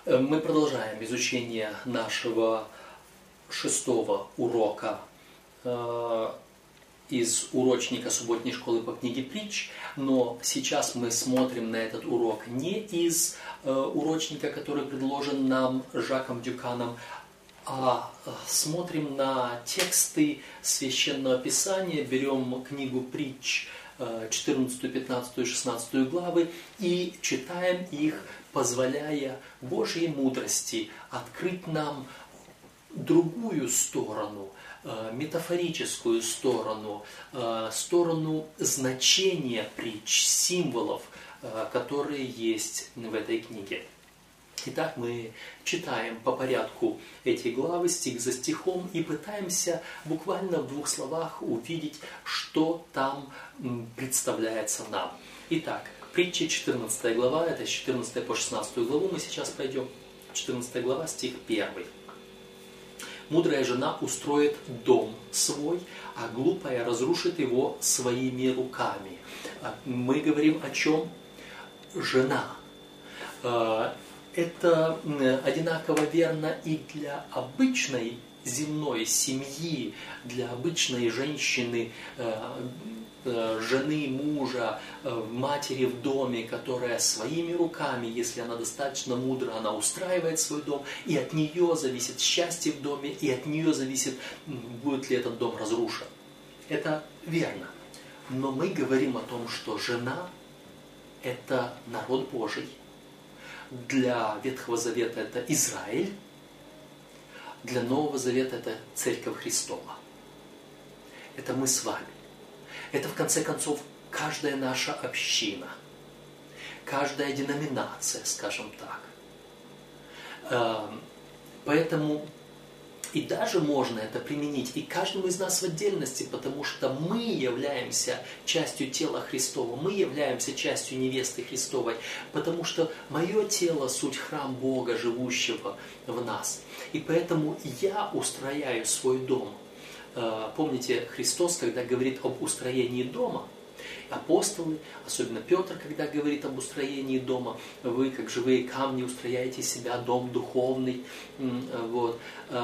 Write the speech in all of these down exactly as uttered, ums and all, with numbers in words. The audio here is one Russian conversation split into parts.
Мы продолжаем изучение нашего шестого урока э, из урочника субботней школы по книге Притч, но сейчас мы смотрим на этот урок не из э, урочника, который предложен нам Жаком Дюканом, а смотрим на тексты Священного Писания, берем книгу Притч, четырнадцатую, пятнадцатую, шестнадцатую главы и читаем их, позволяя Божьей мудрости открыть нам другую сторону, метафорическую сторону, сторону значения притч, символов, которые есть в этой книге. Итак, мы читаем по порядку эти главы, стих за стихом, и пытаемся буквально в двух словах увидеть, что там представляется нам. Итак, притча четырнадцатая глава, это с четырнадцатой по шестнадцатую главу мы сейчас пойдем. четырнадцатая глава, стих первый. «Мудрая жена устроит дом свой, а глупая разрушит его своими руками». Мы говорим о чем? Жена. Это одинаково верно и для обычной земной семьи, для обычной женщины, жены, мужа, матери в доме, которая своими руками, если она достаточно мудра, она устраивает свой дом, и от нее зависит счастье в доме, и от нее зависит, будет ли этот дом разрушен. Это верно. Но мы говорим о том, что жена – это народ Божий. Для Ветхого Завета это Израиль, для Нового Завета это Церковь Христова. Это мы с вами. Это, в конце концов, каждая наша община, каждая деноминация, скажем так. Поэтому и даже можно это применить и каждому из нас в отдельности, потому что мы являемся частью тела Христова, мы являемся частью невесты Христовой, потому что мое тело – суть храм Бога, живущего в нас. И поэтому я устрояю свой дом. Помните, Христос, когда говорит об устроении дома, апостолы, особенно Петр, когда говорит об устроении дома, вы, как живые камни, устрояете себя дом духовный. Вот.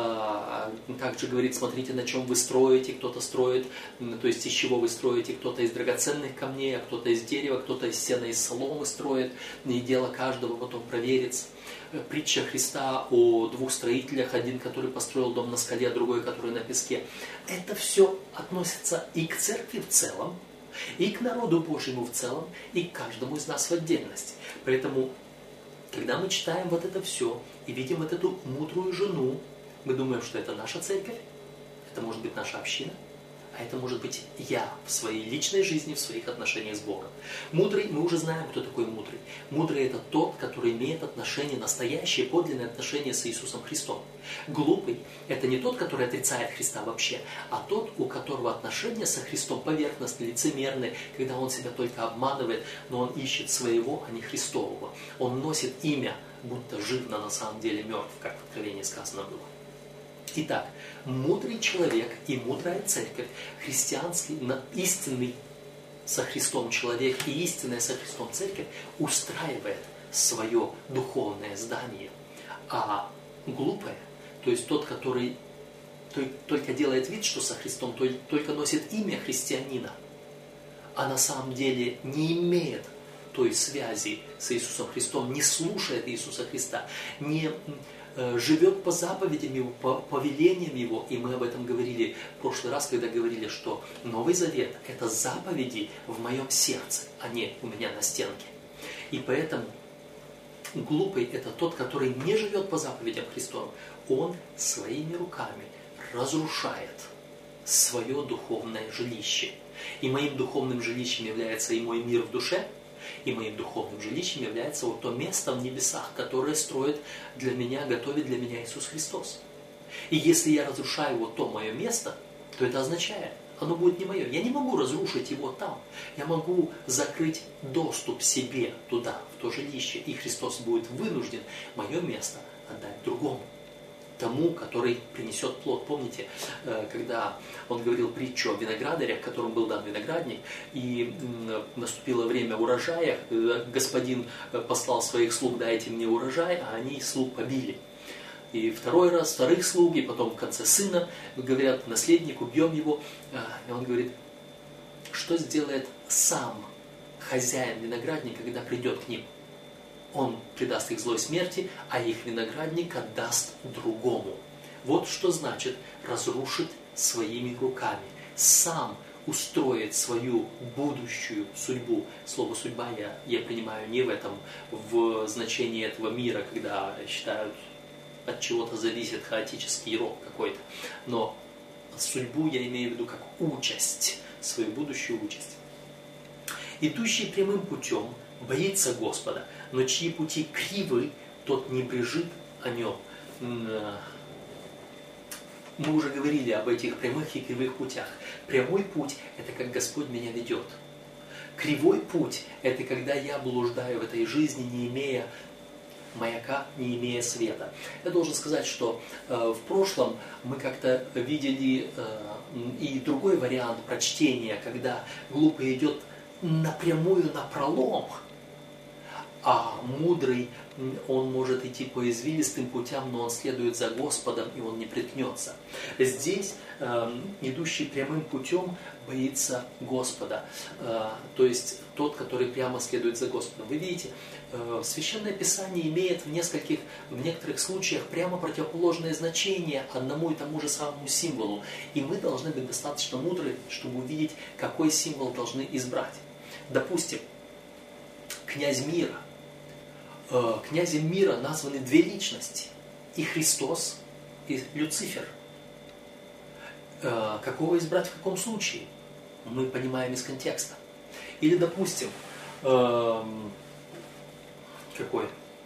Также говорит, смотрите, на чем вы строите, кто-то строит, то есть из чего вы строите, кто-то из драгоценных камней, а кто-то из дерева, кто-то из сена, из соломы строит, и дело каждого потом проверится. Притча Христа о двух строителях, один, который построил дом на скале, а другой, который на песке. Это все относится и к церкви в целом, и к народу Божьему в целом, и к каждому из нас в отдельности. Поэтому, когда мы читаем вот это все и видим вот эту мудрую жену, мы думаем, что это наша церковь, это может быть наша община, а это может быть я в своей личной жизни, в своих отношениях с Богом. Мудрый, мы уже знаем, кто такой мудрый. Мудрый – это тот, который имеет отношение, настоящее, подлинное отношение с Иисусом Христом. Глупый – это не тот, который отрицает Христа вообще, а тот, у которого отношения со Христом поверхностные, лицемерные, когда он себя только обманывает, но он ищет своего, а не Христового. Он носит имя, будто жив, но на самом деле мертв, как в Откровении сказано было. Итак, мудрый человек и мудрая церковь, христианский, истинный со Христом человек и истинная со Христом церковь устраивает свое духовное здание. А глупая, то есть тот, который только делает вид, что со Христом, только носит имя христианина, а на самом деле не имеет той связи с Иисусом Христом, не слушает Иисуса Христа, не живет по заповедям Его, по повелениям Его. И мы об этом говорили в прошлый раз, когда говорили, что Новый Завет – это заповеди в моем сердце, а не у меня на стенке. И поэтому глупый – это тот, который не живет по заповедям Христовым. Он своими руками разрушает свое духовное жилище. И моим духовным жилищем является и мой мир в душе, и моим духовным жилищем является вот то место в небесах, которое строит для меня, готовит для меня Иисус Христос. И если я разрушаю вот то мое место, то это означает, оно будет не мое. Я не могу разрушить его там. Я могу закрыть доступ себе туда, в то жилище, и Христос будет вынужден мое место отдать другому. тому, который принесет плод. Помните, когда он говорил притчу о виноградаре, которому был дан виноградник, и наступило время урожая, господин послал своих слуг: дайте мне урожай, а они слуг побили. И второй раз, вторых слуг, и потом в конце сына говорят: наследник, убьем его. И он говорит: что сделает сам хозяин виноградника, когда придет к ним? Он предаст их злой смерти, а их виноградник отдаст другому. Вот что значит разрушить своими руками. Сам устроит свою будущую судьбу. Слово «судьба» я, я понимаю не в этом, в значении этого мира, когда считают, от чего-то зависит хаотический рок какой-то. Но судьбу я имею в виду как участь, свою будущую участь. Идущий прямым путем боится Господа, но чьи пути кривы, тот не брежит о нем. Мы уже говорили об этих прямых и кривых путях. Прямой путь – это как Господь меня ведет. Кривой путь – это когда я блуждаю в этой жизни, не имея маяка, не имея света. Я должен сказать, что э, в прошлом мы как-то видели э, и другой вариант прочтения, когда глупый идет напрямую напролом, а мудрый, он может идти по извилистым путям, но он следует за Господом, и он не приткнется. Здесь э, идущий прямым путем боится Господа, э, то есть тот, который прямо следует за Господом. Вы видите, э, Священное Писание имеет в нескольких, в некоторых случаях прямо противоположное значение одному и тому же самому символу. И мы должны быть достаточно мудры, чтобы увидеть, какой символ должны избрать. Допустим, князь мира. Князем мира названы две личности. И Христос, и Люцифер. Какого избрать в каком случае? Мы понимаем из контекста. Или, допустим, какой?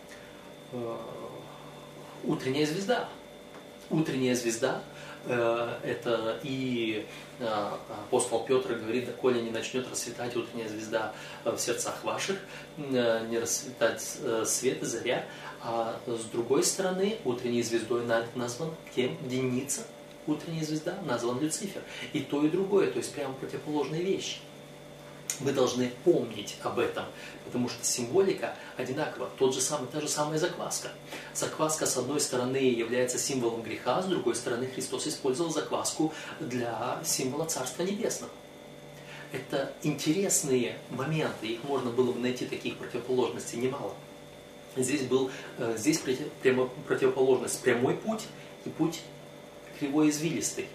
Утренняя звезда. Утренняя звезда – это и апостол Петр говорит: доколе не начнет расцветать утренняя звезда в сердцах ваших, не расцветать свет и заря. А с другой стороны, утренней звездой назван кем? Деница. Утренняя звезда назван Люцифер. И то, и другое, то есть прямо противоположные вещи. Мы должны помнить об этом, потому что символика одинакова. Тот же самый, та же самая закваска. Закваска, с одной стороны, является символом греха, с другой стороны, Христос использовал закваску для символа Царства Небесного. Это интересные моменты, их можно было бы найти, таких противоположностей немало. Здесь был, здесь прямо противоположность: прямой путь и путь кривой извилистый.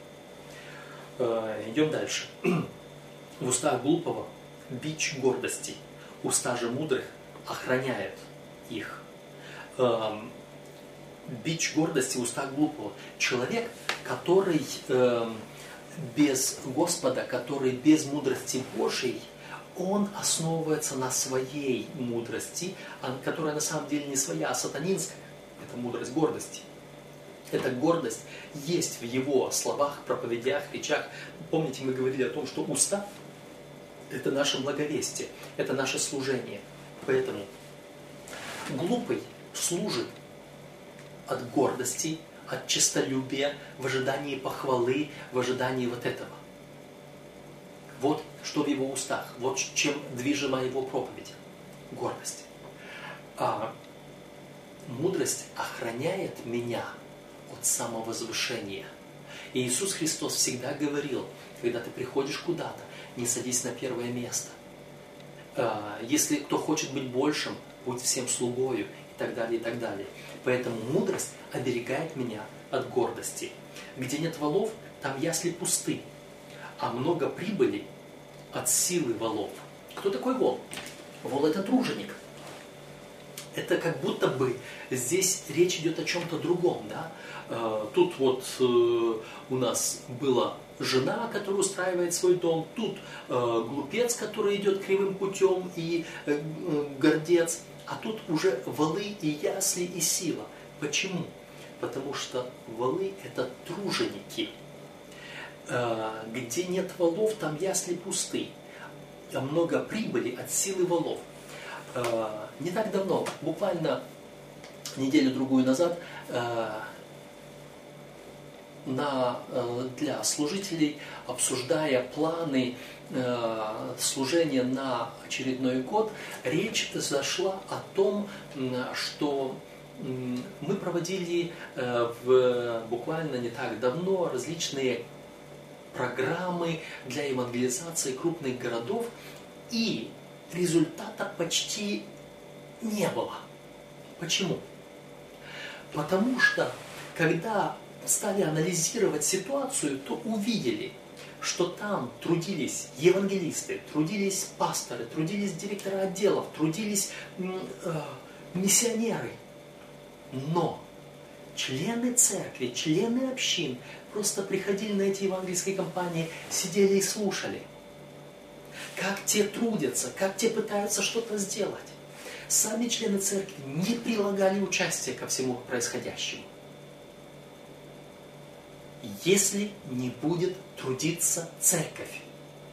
Идем дальше. В устах глупого бич гордости, уста же мудрых охраняют их. Эм, бич гордости в устах глупого. Человек, который эм, без Господа, который без мудрости Божьей, он основывается на своей мудрости, которая на самом деле не своя, а сатанинская. Это мудрость гордости. Эта гордость есть в его словах, проповедях, речах. Помните, мы говорили о том, что уста – это наше благовестие, это наше служение. Поэтому глупый служит от гордости, от честолюбия, в ожидании похвалы, в ожидании вот этого. Вот что в его устах, вот чем движима его проповедь. Гордость. А мудрость охраняет меня от самовозвышения. И Иисус Христос всегда говорил: когда ты приходишь куда-то, не садись на первое место. Если кто хочет быть большим, будь всем слугою, и так далее, и так далее. Поэтому мудрость оберегает меня от гордости. Где нет волов, там ясли пусты, а много прибыли от силы волов. Кто такой вол? Вол – это труженик. Это как будто бы здесь речь идет о чем-то другом. Да? Тут вот у нас была жена, которая устраивает свой дом, тут глупец, который идет кривым путем, и гордец, а тут уже волы и ясли и сила. Почему? Потому что волы – это труженики. Где нет волов, там ясли пусты. А много прибыли от силы волов. Не так давно, буквально неделю-другую назад, на, для служителей, обсуждая планы служения на очередной год, речь зашла о том, что мы проводили в, буквально не так давно различные программы для евангелизации крупных городов, и результата почти не было. Почему? Потому что, когда стали анализировать ситуацию, то увидели, что там трудились евангелисты, трудились пасторы, трудились директора отделов, трудились э, миссионеры. Но члены церкви, члены общин просто приходили на эти евангельские кампании, сидели и слушали, как те трудятся, как те пытаются что-то сделать. Сами члены церкви не прилагали участия ко всему происходящему. Если не будет трудиться церковь,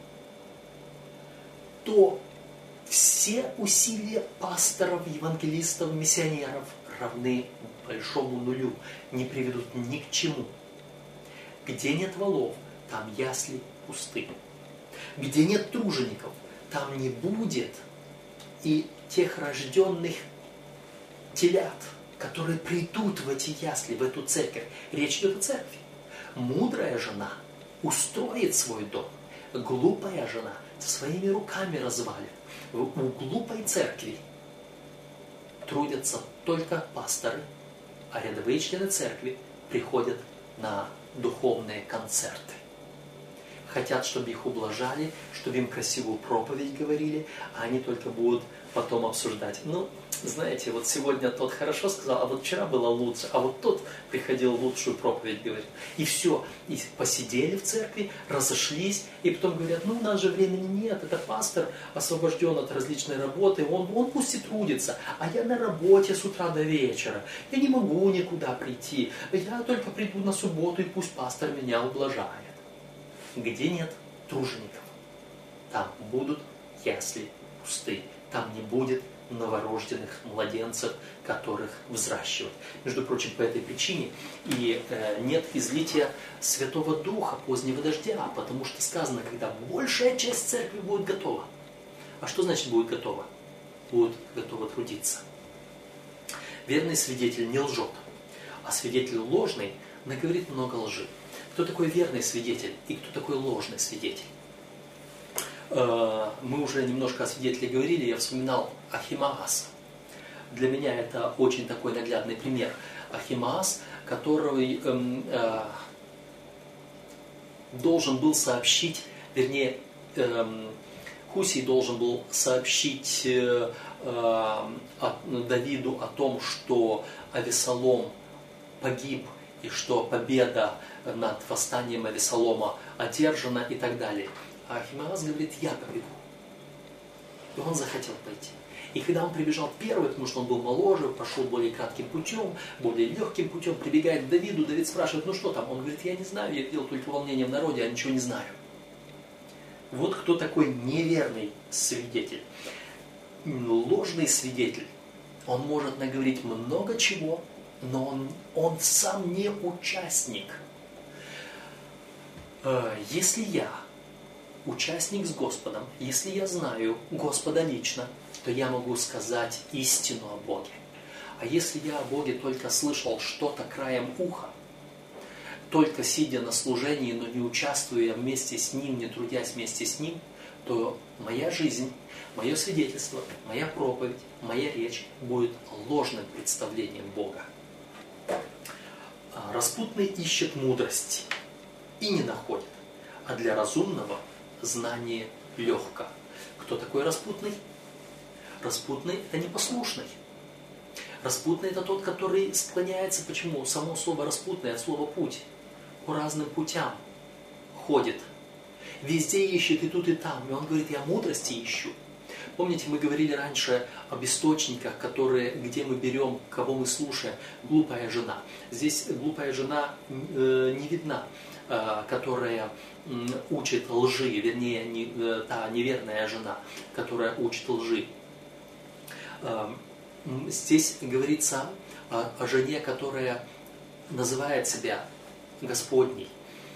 то все усилия пасторов, евангелистов, миссионеров равны большому нулю, не приведут ни к чему. Где нет волов, там ясли пусты. Где нет тружеников, там не будет и тех рожденных телят, которые придут в эти ясли, в эту церковь. Речь идет о церкви. Мудрая жена устроит свой дом, глупая жена своими руками развалит. У глупой церкви трудятся только пасторы, а рядовые члены церкви приходят на духовные концерты. Хотят, чтобы их ублажали, чтобы им красивую проповедь говорили, а они только будут потом обсуждать. Ну, знаете, вот сегодня тот хорошо сказал, а вот вчера было лучше, а вот тот приходил лучшую проповедь говорил. И все, и посидели в церкви, разошлись, и потом говорят, ну у нас же времени нет, это пастор освобожден от различной работы, он, он пусть и трудится, а я на работе с утра до вечера, я не могу никуда прийти, я только приду на субботу, и пусть пастор меня ублажает. Где нет тружеников, там будут ясли пусты, там не будет новорожденных младенцев, которых взращивать. Между прочим, по этой причине и э, нет излития Святого Духа, позднего дождя, потому что сказано, когда большая часть церкви будет готова. А что значит будет готова? Будет готова трудиться. Верный свидетель не лжет, а свидетель ложный наговорит много лжи. Кто такой верный свидетель и кто такой ложный свидетель? Мы уже немножко о свидетеле говорили, я вспоминал Ахимааса. Для меня это очень такой наглядный пример. Ахимаас, который эм, э, должен был сообщить, вернее, эм, Хусий должен был сообщить э, э, Давиду о том, что Авесолом погиб, и что победа над восстанием Авесолома одержана и так далее. А Ахимаас говорит, я побегу. И он захотел пойти. И когда он прибежал первый, потому что он был моложе, пошел более кратким путем, более легким путем, прибегает к Давиду, Давид спрашивает, ну что там? Он говорит, я не знаю, я видел только волнение в народе, я ничего не знаю. Вот кто такой неверный свидетель. Ложный свидетель. Он может наговорить много чего, но он, он сам не участник. Если я участник с Господом, если я знаю Господа лично, то я могу сказать истину о Боге. А если я о Боге только слышал что-то краем уха, только сидя на служении, но не участвуя вместе с Ним, не трудясь вместе с Ним, то моя жизнь, мое свидетельство, моя проповедь, моя речь будет ложным представлением Бога. Распутный ищет мудрости и не находит, а для разумного знание легко. Кто такой распутный? Распутный – это непослушный. Распутный – это тот, который склоняется. Почему? Само слово распутный от слова путь. По разным путям ходит. Везде ищет и тут, и там. И он говорит, я мудрости ищу. Помните, мы говорили раньше об источниках, которые, где мы берем, кого мы слушаем. Глупая жена. Здесь глупая жена э, не видна, э, которая э, учит лжи, вернее, не, э, та неверная жена, которая учит лжи. Э, здесь говорится о, о жене, которая называет себя Господней.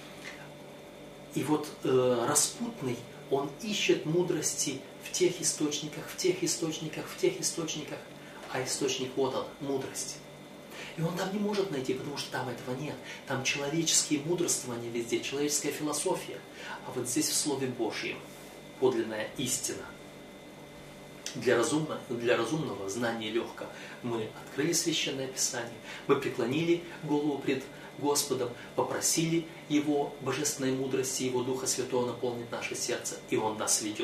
И вот э, распутный, он ищет мудрости в тех источниках, в тех источниках, в тех источниках, а источник вот он, мудрость. И он там не может найти, потому что там этого нет. Там человеческие мудрствования везде, человеческая философия. А вот здесь в Слове Божьем подлинная истина. Для разумного, для разумного знание легко. Мы открыли Священное Писание, мы преклонили голову пред Господом, попросили Его божественной мудрости, Его Духа Святого наполнить наше сердце, и Он нас ведет.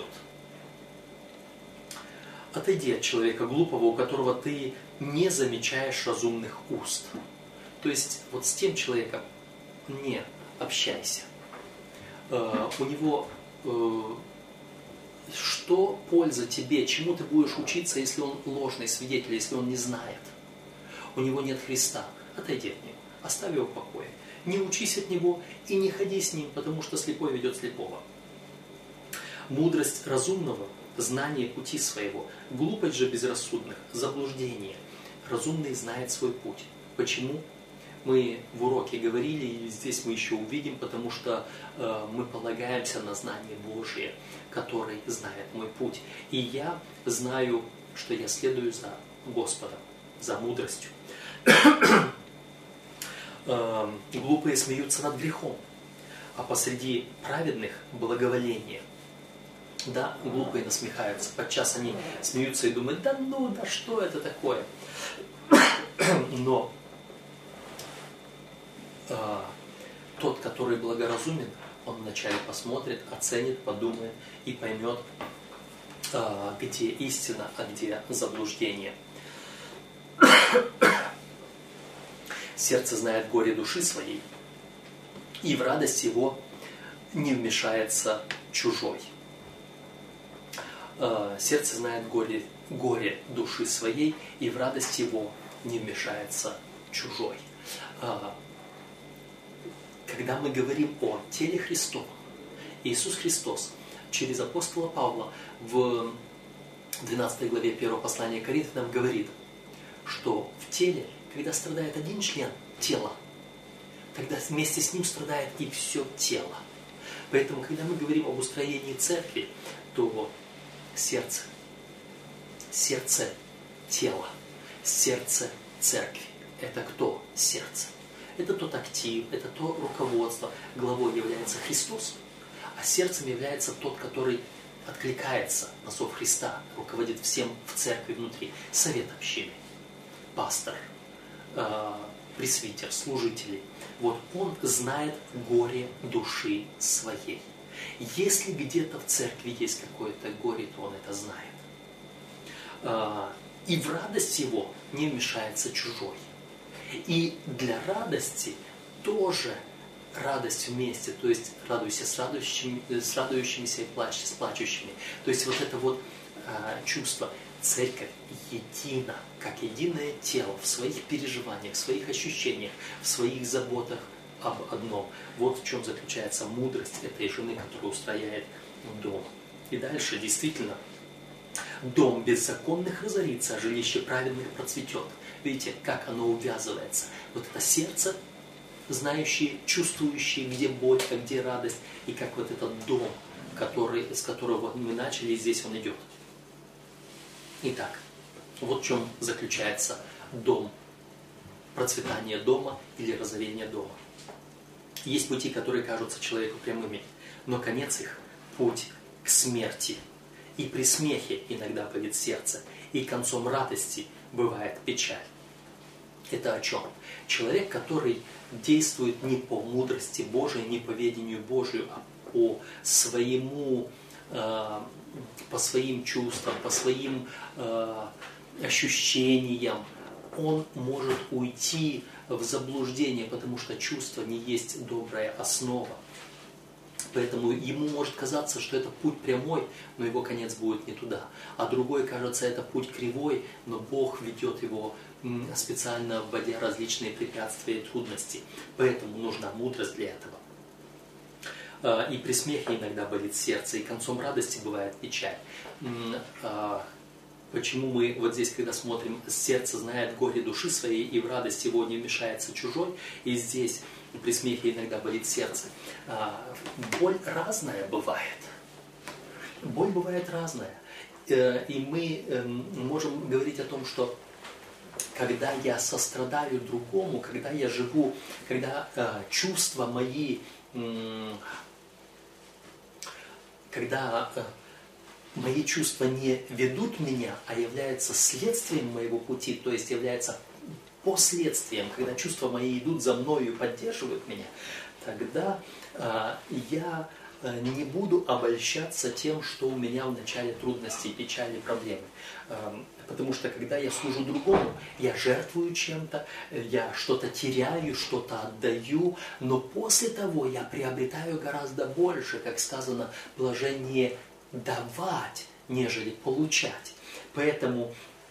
Отойди от человека глупого, у которого ты не замечаешь разумных уст. То есть вот с тем человеком не общайся. Э, у него э, что польза тебе, чему ты будешь учиться, если он ложный свидетель, если он не знает? У него нет Христа. Отойди от него, оставь его в покое. Не учись от него и не ходи с ним, потому что слепой ведет слепого. Мудрость разумного – знание пути своего, глупость же безрассудных – заблуждение. Разумный знает свой путь. Почему? Мы в уроке говорили, и здесь мы еще увидим, потому что э, мы полагаемся на знание Божие, который знает мой путь. И я знаю, что я следую за Господом, за мудростью. э, глупые смеются над грехом, а посреди праведных благоволение. Да, глупые насмехаются. Подчас они смеются и думают, да ну, да что это такое? Но э, тот, который благоразумен, он вначале посмотрит, оценит, подумает и поймет, э, где истина, а где заблуждение. Сердце знает горе души своей, и в радость его не вмешается чужой. Сердце знает горе, горе души своей, и в радость его не вмешается чужой. Когда мы говорим о теле Христовом, Иисус Христос через апостола Павла в двенадцатой главе первого послания Коринфянам говорит, что в теле, когда страдает один член тела, тогда вместе с ним страдает и все тело. Поэтому, когда мы говорим об устроении церкви, то сердце, сердце тела, сердце церкви. Это кто? Сердце. Это тот актив, это то руководство. Главой является Христос, а сердцем является тот, который откликается на зов Христа, руководит всем в церкви внутри. Совет общины, пастор, э, пресвитер, служители. Вот он знает горе души своей. Если где-то в церкви есть какое-то горе, то он это знает. И в радость его не вмешается чужой. И для радости тоже радость вместе, то есть радуйся с, радующими, с радующимися и плачь с плачущими. То есть вот это вот чувство, церковь едина, как единое тело в своих переживаниях, в своих ощущениях, в своих заботах об одном. Вот в чем заключается мудрость этой жены, которая устрояет дом. И дальше действительно дом беззаконных разорится, а жилище праведных процветет. Видите, как оно увязывается. Вот это сердце, знающее, чувствующее, где боль, а где радость, и как вот этот дом, который, с которого мы начали, и здесь он идет. Итак, вот в чем заключается дом, процветание дома или разорение дома. Есть пути, которые кажутся человеку прямыми, но конец их – путь к смерти. И при смехе иногда болит сердце, и концом радости бывает печаль. Это о чем? Человек, который действует не по мудрости Божией, не по ведению Божию, а по своему, э, по своим чувствам, по своим э, ощущениям, он может уйти в заблуждение, потому что чувство не есть добрая основа. Поэтому ему может казаться, что это путь прямой, но его конец будет не туда. А другой, кажется, это путь кривой, но Бог ведет его, специально вводя различные препятствия и трудности. Поэтому нужна мудрость для этого. И при смехе иногда болит сердце, и концом радости бывает печаль. Почему мы вот здесь, когда смотрим, сердце знает горе души своей, и в радости его не вмешается чужой, и здесь при смехе иногда болит сердце. Боль разная бывает. Боль бывает разная. И мы можем говорить о том, что когда я сострадаю другому, когда я живу, когда чувства мои, когда мои чувства не ведут меня, а являются следствием моего пути, то есть являются последствием, когда чувства мои идут за мною и поддерживают меня, тогда э, я не буду обольщаться тем, что у меня в начале трудности, печали, проблемы. Э, потому что когда я служу другому, я жертвую чем-то, я что-то теряю, что-то отдаю, но после того я приобретаю гораздо больше, как сказано, блажение давать, нежели получать. Поэтому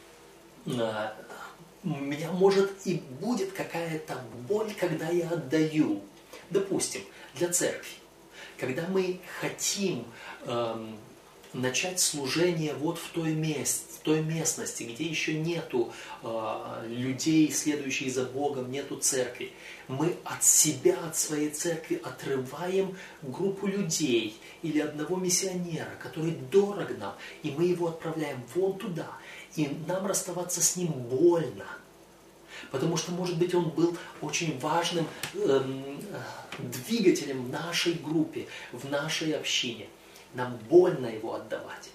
э, у меня может и будет какая-то боль, когда я отдаю. Допустим, для церкви. Когда мы хотим э, начать служение вот в той, мест, в той местности, где еще нету э, людей, следующих за Богом, нету церкви, мы от себя, от своей церкви отрываем группу людей или одного миссионера, который дорог нам, и мы его отправляем вон туда. И нам расставаться с ним больно. Потому что, может быть, он был очень важным эм, двигателем в нашей группе, в нашей общине. Нам больно его отдавать.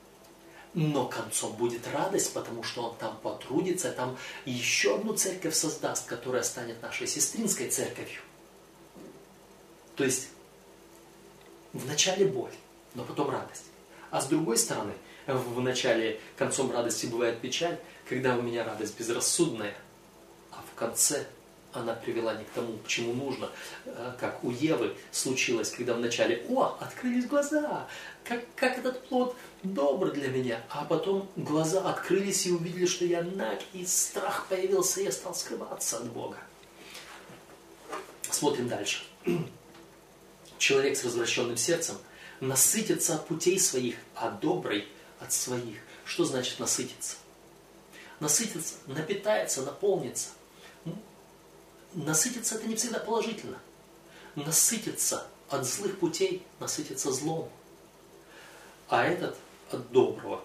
Но концом будет радость, потому что он там потрудится, там еще одну церковь создаст, которая станет нашей сестринской церковью. То есть, вначале боль, но потом радость. А с другой стороны, в начале, концом радости бывает печаль, когда у меня радость безрассудная, а в конце она привела не к тому, к чему нужно, как у Евы случилось, когда вначале, о, открылись глаза, как, как этот плод добр для меня, а потом глаза открылись и увидели, что я наг, и страх появился, и я стал скрываться от Бога. Смотрим дальше. Человек с развращенным сердцем насытится от путей своих, а добрый от своих. Что значит насытиться? Насытиться, напитается, наполнится. Насытиться это не всегда положительно. Насытиться от злых путей, насытиться злом. А этот от доброго.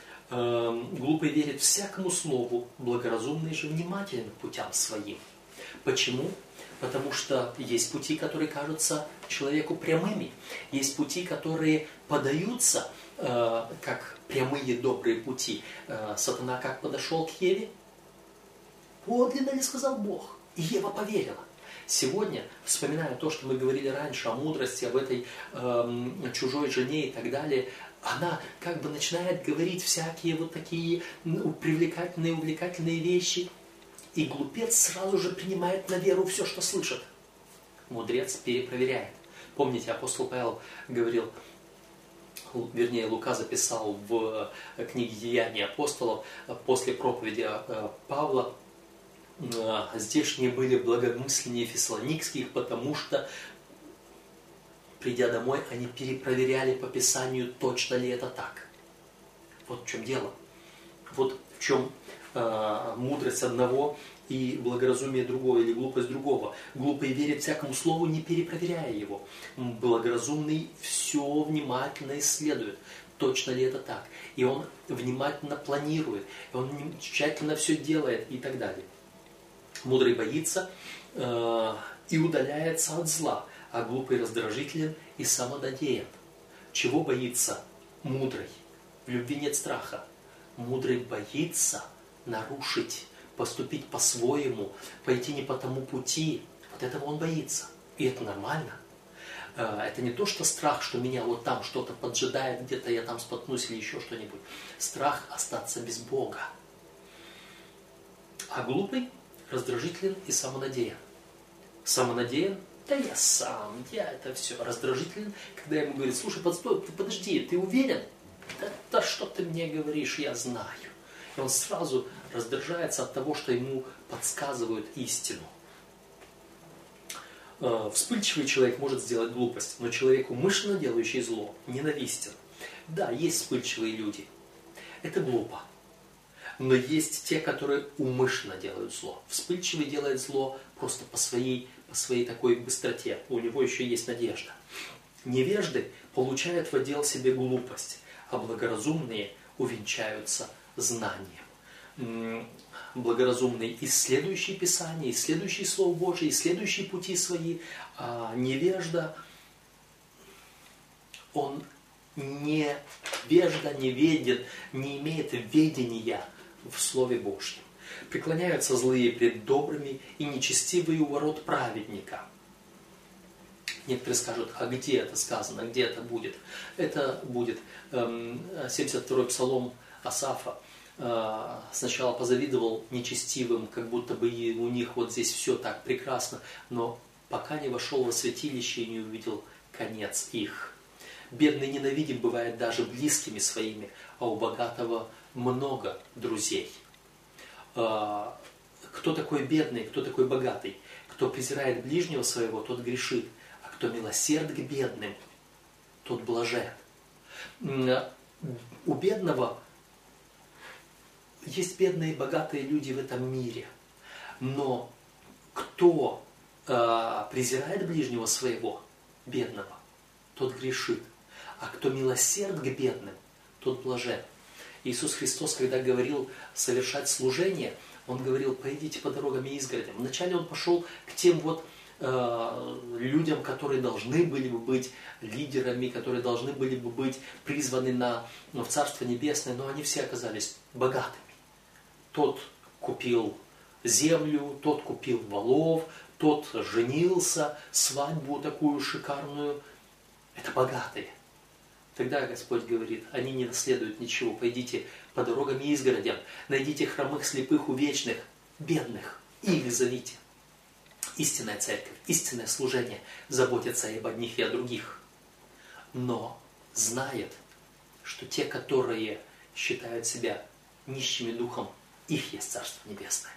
Глупый верит всякому слову, благоразумный же внимателен к путям своим. Почему? Потому что есть пути, которые кажутся человеку прямыми. Есть пути, которые подаются э, как прямые добрые пути. Э, сатана как подошел к Еве? Подлинно ли сказал Бог? И Ева поверила. Сегодня, вспоминая то, что мы говорили раньше о мудрости, об этой э, чужой жене и так далее, она как бы начинает говорить всякие вот такие ну, привлекательные, увлекательные вещи. И глупец сразу же принимает на веру все, что слышит. Мудрец перепроверяет. Помните, апостол Павел говорил, вернее, Лука записал в книге «Деяния апостолов» после проповеди Павла, здешние были благомысленнее фессалоникских, потому что, придя домой, они перепроверяли по Писанию, точно ли это так. Вот в чем дело. Вот в чем э, мудрость одного и благоразумие другого, или глупость другого. Глупый верит всякому слову, не перепроверяя его. Благоразумный все внимательно исследует, точно ли это так. И он внимательно планирует, и он тщательно все делает и так далее. Мудрый боится э, и удаляется от зла, а глупый раздражителен и самонадеян. Чего боится мудрый? В любви нет страха. Мудрый боится нарушить, поступить по-своему, пойти не по тому пути. Вот этого он боится. И это нормально. Это не то, что страх, что меня вот там что-то поджидает, где-то я там споткнусь или еще что-нибудь. Страх остаться без Бога. А глупый раздражителен и самонадеян. Самонадеян? Да я сам, я это все. Раздражителен, когда ему говорит, слушай, подстой, ты подожди, ты уверен? Да, да что ты мне говоришь, я знаю. И он сразу раздражается от того, что ему подсказывают истину. Вспыльчивый человек может сделать глупость, но человек, умышленно делающий зло, ненавистен. Да, есть вспыльчивые люди. Это глупо. Но есть те, которые умышленно делают зло. Вспыльчивый делает зло просто по своей, по своей такой быстроте. У него еще есть надежда. Невежды получают в отдел себе глупость, а благоразумные увенчаются знанием. Благоразумный исследующий Писание, исследующий Слово Божие, исследующий пути свои, а невежда, он невежда, неведен, не имеет ведения в Слове Божьем. Преклоняются злые пред добрыми и нечестивые у ворот праведника. Некоторые скажут, а где это сказано, где это будет? Это будет эм, семьдесят второй псалом Асафа. Э, сначала позавидовал нечестивым, как будто бы и у них вот здесь все так прекрасно, но пока не вошел во святилище и не увидел конец их. Бедный ненавидим бывает даже близкими своими, а у богатого много друзей. Э, кто такой бедный, кто такой богатый? Кто презирает ближнего своего, тот грешит. Кто милосерд к бедным, тот блажен. У бедного есть бедные и богатые люди в этом мире. Но кто э, презирает ближнего своего, бедного, тот грешит. А кто милосерд к бедным, тот блажен. Иисус Христос, когда говорил совершать служение, Он говорил, пойдите по дорогам и изгородям. Вначале Он пошел к тем вот людям, которые должны были бы быть лидерами, которые должны были бы быть призваны на, в Царство Небесное, но они все оказались богатыми. Тот купил землю, тот купил волов, тот женился, свадьбу такую шикарную. Это богатые. Тогда Господь говорит, они не наследуют ничего, пойдите по дорогам и изгородям, найдите хромых, слепых, увечных, бедных, и их зовите. Истинная церковь, истинное служение заботится об одних и о других. Но знает, что те, которые считают себя нищими духом, их есть Царство Небесное.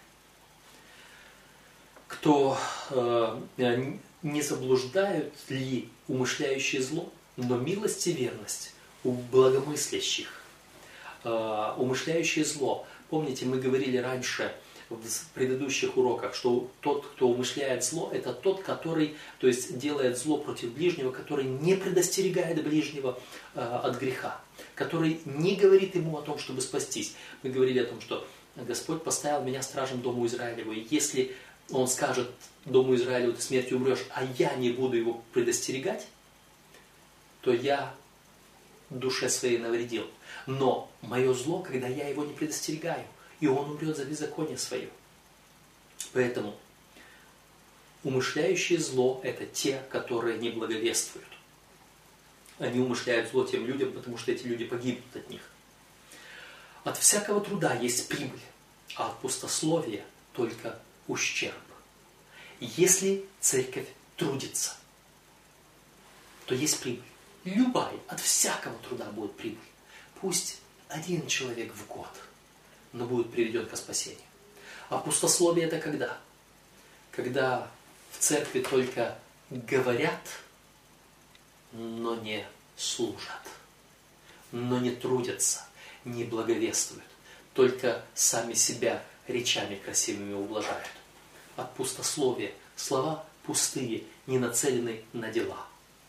Кто э, не заблуждают ли умышляющие зло, но милость и верность у благомыслящих. Э, умышляющее зло. Помните, мы говорили раньше в предыдущих уроках, что тот, кто умышляет зло, это тот, который, то есть делает зло против ближнего, который не предостерегает ближнего э, от греха, который не говорит ему о том, чтобы спастись. Мы говорили о том, что Господь поставил меня стражем Дому Израилеву, и если Он скажет Дому Израилеву, ты смертью умрешь, а я не буду его предостерегать, то я душе своей навредил. Но мое зло, когда я его не предостерегаю, и он умрет за беззаконие свое. Поэтому умышляющие зло – это те, которые не благовествуют. Они умышляют зло тем людям, потому что эти люди погибнут от них. От всякого труда есть прибыль, а от пустословия только ущерб. Если церковь трудится, то есть прибыль. Любая, от всякого труда будет прибыль. Пусть один человек в год, но будет приведен ко спасению. А пустословие это когда? Когда в церкви только говорят, но не служат, но не трудятся, не благовествуют, только сами себя речами красивыми ублажают. От пустословия слова пустые, не нацелены на дела.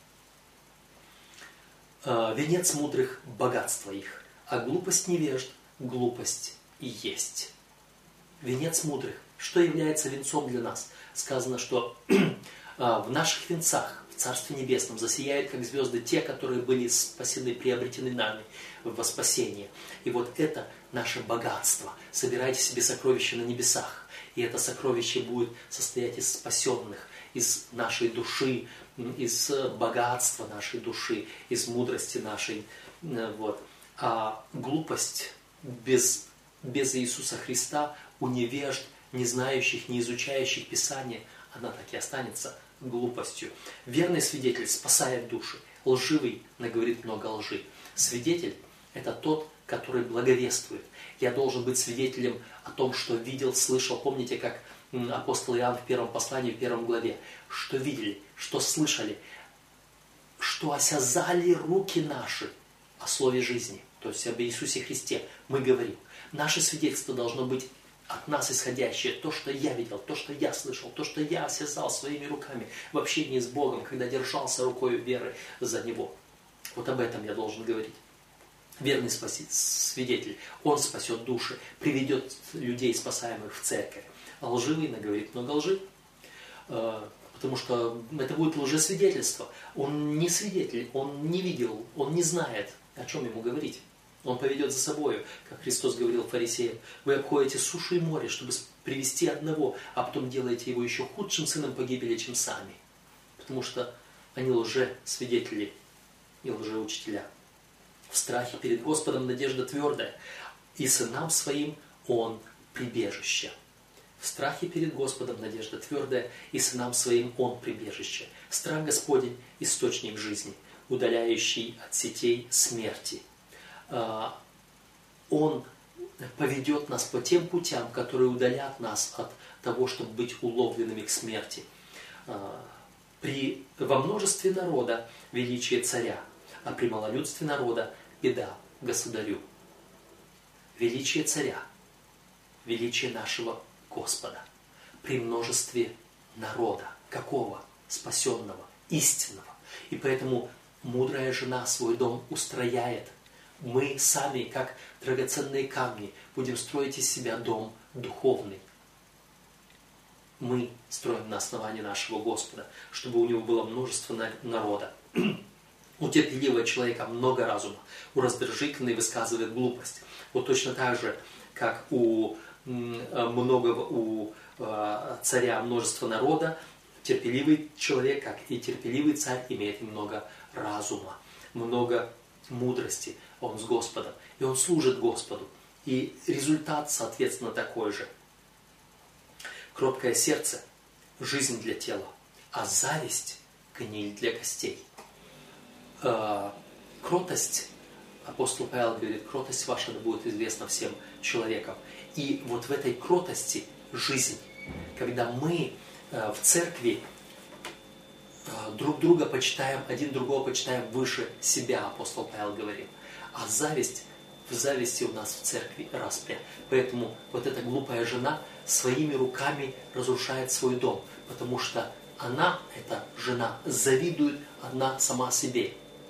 Венец мудрых – богатство их, а глупость невежд – глупость и есть. Венец мудрых. Что является венцом для нас? Сказано, что в наших венцах, в Царстве Небесном, засияют, как звезды, те, которые были спасены, приобретены нами во спасение. И вот это наше богатство. Собирайте себе сокровища на небесах. И это сокровище будет состоять из спасенных, из нашей души, из богатства нашей души, из мудрости нашей. Вот. А глупость без, без Иисуса Христа у невежд, не знающих, не изучающих Писание, она так и останется глупостью. Верный свидетель спасает души, лживый наговорит много лжи. Свидетель – это тот, который благовествует. Я должен быть свидетелем о том, что видел, слышал. Помните, как апостол Иоанн в первом послании, в первом главе, что видели, что слышали, что осязали руки наши о слове жизни, то есть об Иисусе Христе. Мы говорим. Наше свидетельство должно быть от нас исходящее. То, что я видел, то, что я слышал, то, что я осязал своими руками в общении с Богом, когда держался рукой веры за Него. Вот об этом я должен говорить. Верный спаси, свидетель, он спасет души, приведет людей, спасаемых в церковь. А лживый наговорит много лжи, потому что это будет лжесвидетельство. Он не свидетель, он не видел, он не знает, о чем ему говорить. Он поведет за собой, как Христос говорил фарисеям: вы обходите сушу и море, чтобы привести одного, а потом делаете его еще худшим сыном погибели, чем сами. Потому что они лжесвидетели и лжеучителя. В страхе перед Господом надежда твердая, и сынам своим Он прибежище. В страхе перед Господом надежда твердая, и сынам своим Он прибежище. Страх Господень – источник жизни, удаляющий от сетей смерти. Он поведет нас по тем путям, которые удалят нас от того, чтобы быть уловленными к смерти. При, во множестве народа величие царя, а при малолюдстве народа беда государю. Величие царя, величие нашего Господа. При множестве народа. Какого? Спасенного, истинного. И поэтому мудрая жена свой дом устрояет. Мы сами, как драгоценные камни, будем строить из себя дом духовный. Мы строим на основании нашего Господа, чтобы у него было множество народа. У терпеливого человека много разума, у раздражительного высказывает глупость. Вот точно так же, как у многого, у царя множество народа, терпеливый человек, как и терпеливый царь, имеет много разума, много мудрости. Он с Господом, и он служит Господу. И результат, соответственно, такой же. Кроткое сердце – жизнь для тела, а зависть – гниль для костей. Кротость, апостол Павел говорит, кротость ваша да будет известна всем человекам. И вот в этой кротости жизнь, когда мы в церкви друг друга почитаем, один другого почитаем выше себя, апостол Павел говорил. А зависть, в зависти у нас в церкви распря. Поэтому вот эта глупая жена своими руками разрушает свой дом, потому что она, эта жена, завидует одна сама себе.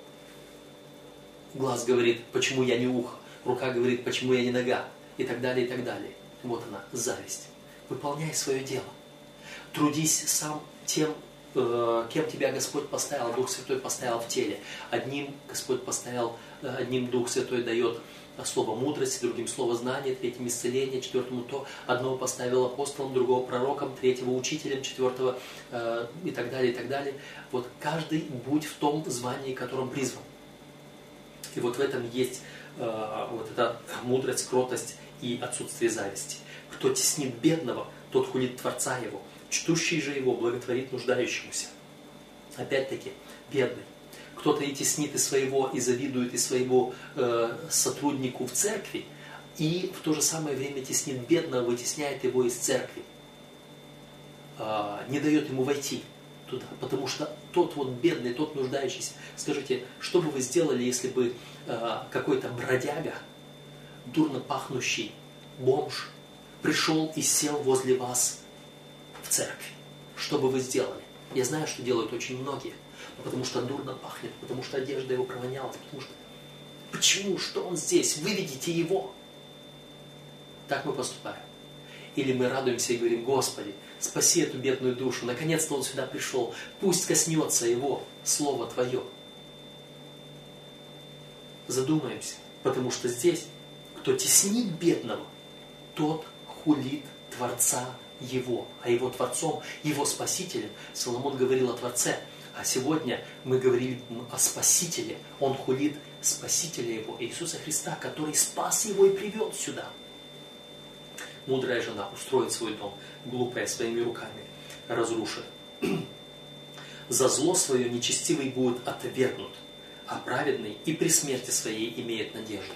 Глаз говорит, почему я не ухо, рука говорит, почему я не нога, и так далее, и так далее. Вот она, зависть. Выполняй свое дело. Трудись сам тем, кем тебя Господь поставил, Дух Святой поставил в теле. Одним Господь поставил, одним Дух Святой дает слово мудрости, другим слово знания, третьим исцеление, четвертому то. Одного поставил апостолом, другого пророком, третьего учителем, четвертого э, и так далее, и так далее. Вот каждый будь в том звании, которым призван. И вот в этом есть э, вот эта мудрость, кротость и отсутствие зависти. Кто теснит бедного, тот хулит Творца его. Чтущий же его благотворит нуждающемуся. Опять-таки, бедный. Кто-то и теснит и своего, и завидует и своего э, сотруднику в церкви, и в то же самое время теснит бедного, вытесняет его из церкви. Э, не дает ему войти туда, потому что тот вот бедный, тот нуждающийся. Скажите, что бы вы сделали, если бы э, какой-то бродяга, дурно пахнущий бомж, пришел и сел возле вас в церкви? Что бы вы сделали? Я знаю, что делают очень многие. Потому что дурно пахнет, потому что одежда его провонялась, потому что... Почему? Что он здесь? Выведите его! Так мы поступаем. Или мы радуемся и говорим, Господи, спаси эту бедную душу, наконец-то он сюда пришел, пусть коснется его Слово Твое. Задумаемся, потому что здесь, кто теснит бедного, тот хулит Творца его, а его Творцом, его Спасителем. Соломон говорил о Творце. А сегодня мы говорили о Спасителе. Он хулит Спасителя его, Иисуса Христа, который спас его и привел сюда. Мудрая жена устроит свой дом, глупая своими руками разрушит. За зло свое нечестивый будет отвергнут, а праведный и при смерти своей имеет надежду.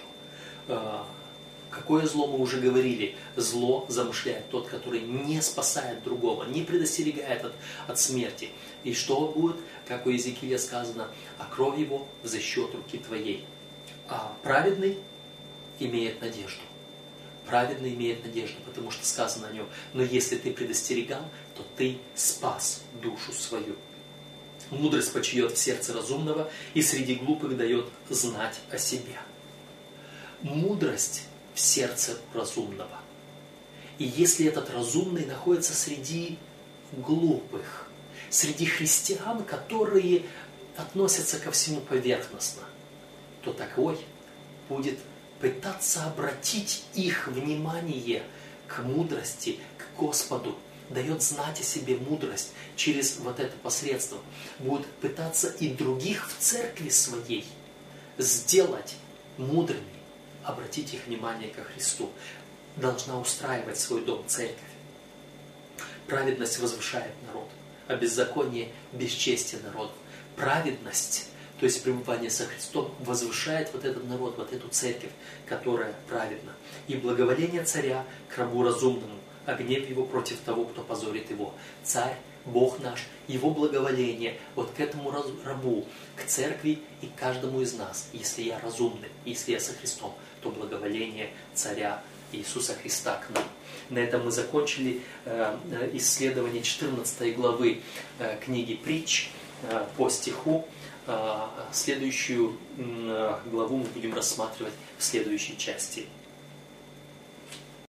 Какое зло мы уже говорили? Зло замышляет тот, который не спасает другого, не предостерегает от, от смерти. И что будет, как у Иезекииля сказано, а кровь его взыщет руки твоей. А праведный имеет надежду. праведный имеет надежду, потому что сказано о нем. Но если ты предостерегал, то ты спас душу свою. Мудрость почиет в сердце разумного и среди глупых дает знать о себе. Мудрость в сердце разумного. И если этот разумный находится среди глупых, среди христиан, которые относятся ко всему поверхностно, то такой будет пытаться обратить их внимание к мудрости, к Господу, дает знать о себе мудрость через вот это посредство, будет пытаться и других в церкви своей сделать мудрыми, обратить их внимание ко Христу. Должна устраивать свой дом церковь. Праведность возвышает народ, а беззаконие – бесчестие народов. Праведность, то есть пребывание со Христом, возвышает вот этот народ, вот эту церковь, которая праведна. И благоволение царя к рабу разумному, а гнев его против того, кто позорит его. Царь, Бог наш, его благоволение вот к этому рабу, к церкви и к каждому из нас. Если я разумный, если я со Христом, то благоволение царя Иисуса Христа к нам. На этом мы закончили э, исследование четырнадцатой главы э, книги Притч э, по стиху. Э, следующую э, главу мы будем рассматривать в следующей части.